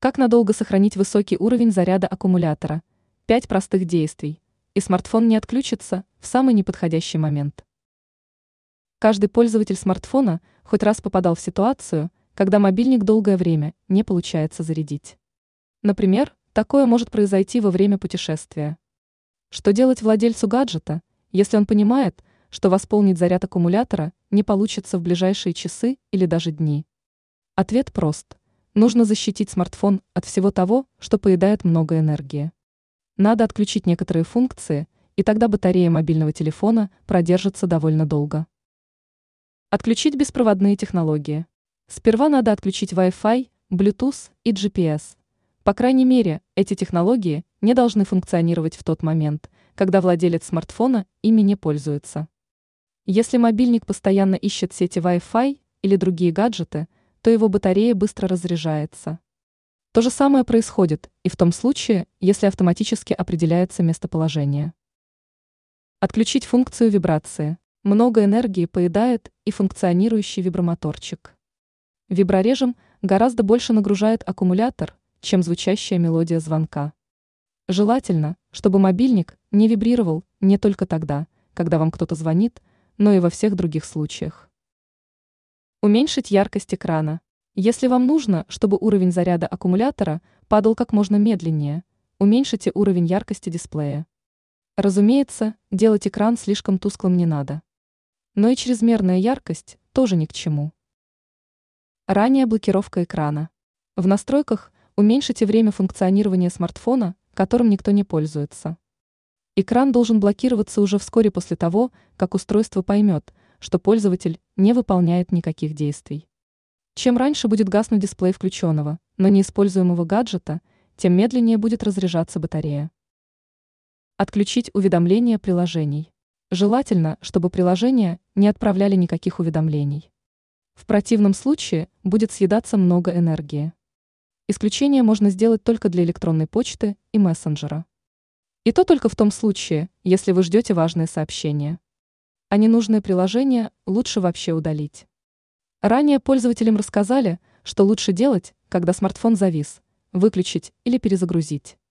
Как надолго сохранить высокий уровень заряда аккумулятора? 5 простых действий, и смартфон не отключится в самый неподходящий момент. Каждый пользователь смартфона хоть раз попадал в ситуацию, когда мобильник долгое время не получается зарядить. Например, такое может произойти во время путешествия. Что делать владельцу гаджета, если он понимает, что восполнить заряд аккумулятора не получится в ближайшие часы или даже дни? Ответ прост. Нужно защитить смартфон от всего того, что поедает много энергии. Надо отключить некоторые функции, и тогда батарея мобильного телефона продержится довольно долго. Отключить беспроводные технологии. Сперва надо отключить Wi-Fi, Bluetooth и GPS. По крайней мере, эти технологии не должны функционировать в тот момент, когда владелец смартфона ими не пользуется. Если мобильник постоянно ищет сети Wi-Fi или другие гаджеты, то его батарея быстро разряжается. То же самое происходит и в том случае, если автоматически определяется местоположение. Отключить функцию вибрации. Много энергии поедает и функционирующий вибромоторчик. Виброрежим гораздо больше нагружает аккумулятор, чем звучащая мелодия звонка. Желательно, чтобы мобильник не вибрировал не только тогда, когда вам кто-то звонит, но и во всех других случаях. Уменьшить яркость экрана. Если вам нужно, чтобы уровень заряда аккумулятора падал как можно медленнее, уменьшите уровень яркости дисплея. Разумеется, делать экран слишком тусклым не надо. Но и чрезмерная яркость тоже ни к чему. Ранняя блокировка экрана. В настройках уменьшите время функционирования смартфона, которым никто не пользуется. Экран должен блокироваться уже вскоре после того, как устройство поймет, что пользователь не выполняет никаких действий. Чем раньше будет гаснуть дисплей включенного, но неиспользуемого гаджета, тем медленнее будет разряжаться батарея. Отключить уведомления приложений. Желательно, чтобы приложения не отправляли никаких уведомлений. В противном случае будет съедаться много энергии. Исключение можно сделать только для электронной почты и мессенджера. И то только в том случае, если вы ждете важные сообщения. А ненужные приложения лучше вообще удалить. Ранее пользователям рассказали, что лучше делать, когда смартфон завис, выключить или перезагрузить.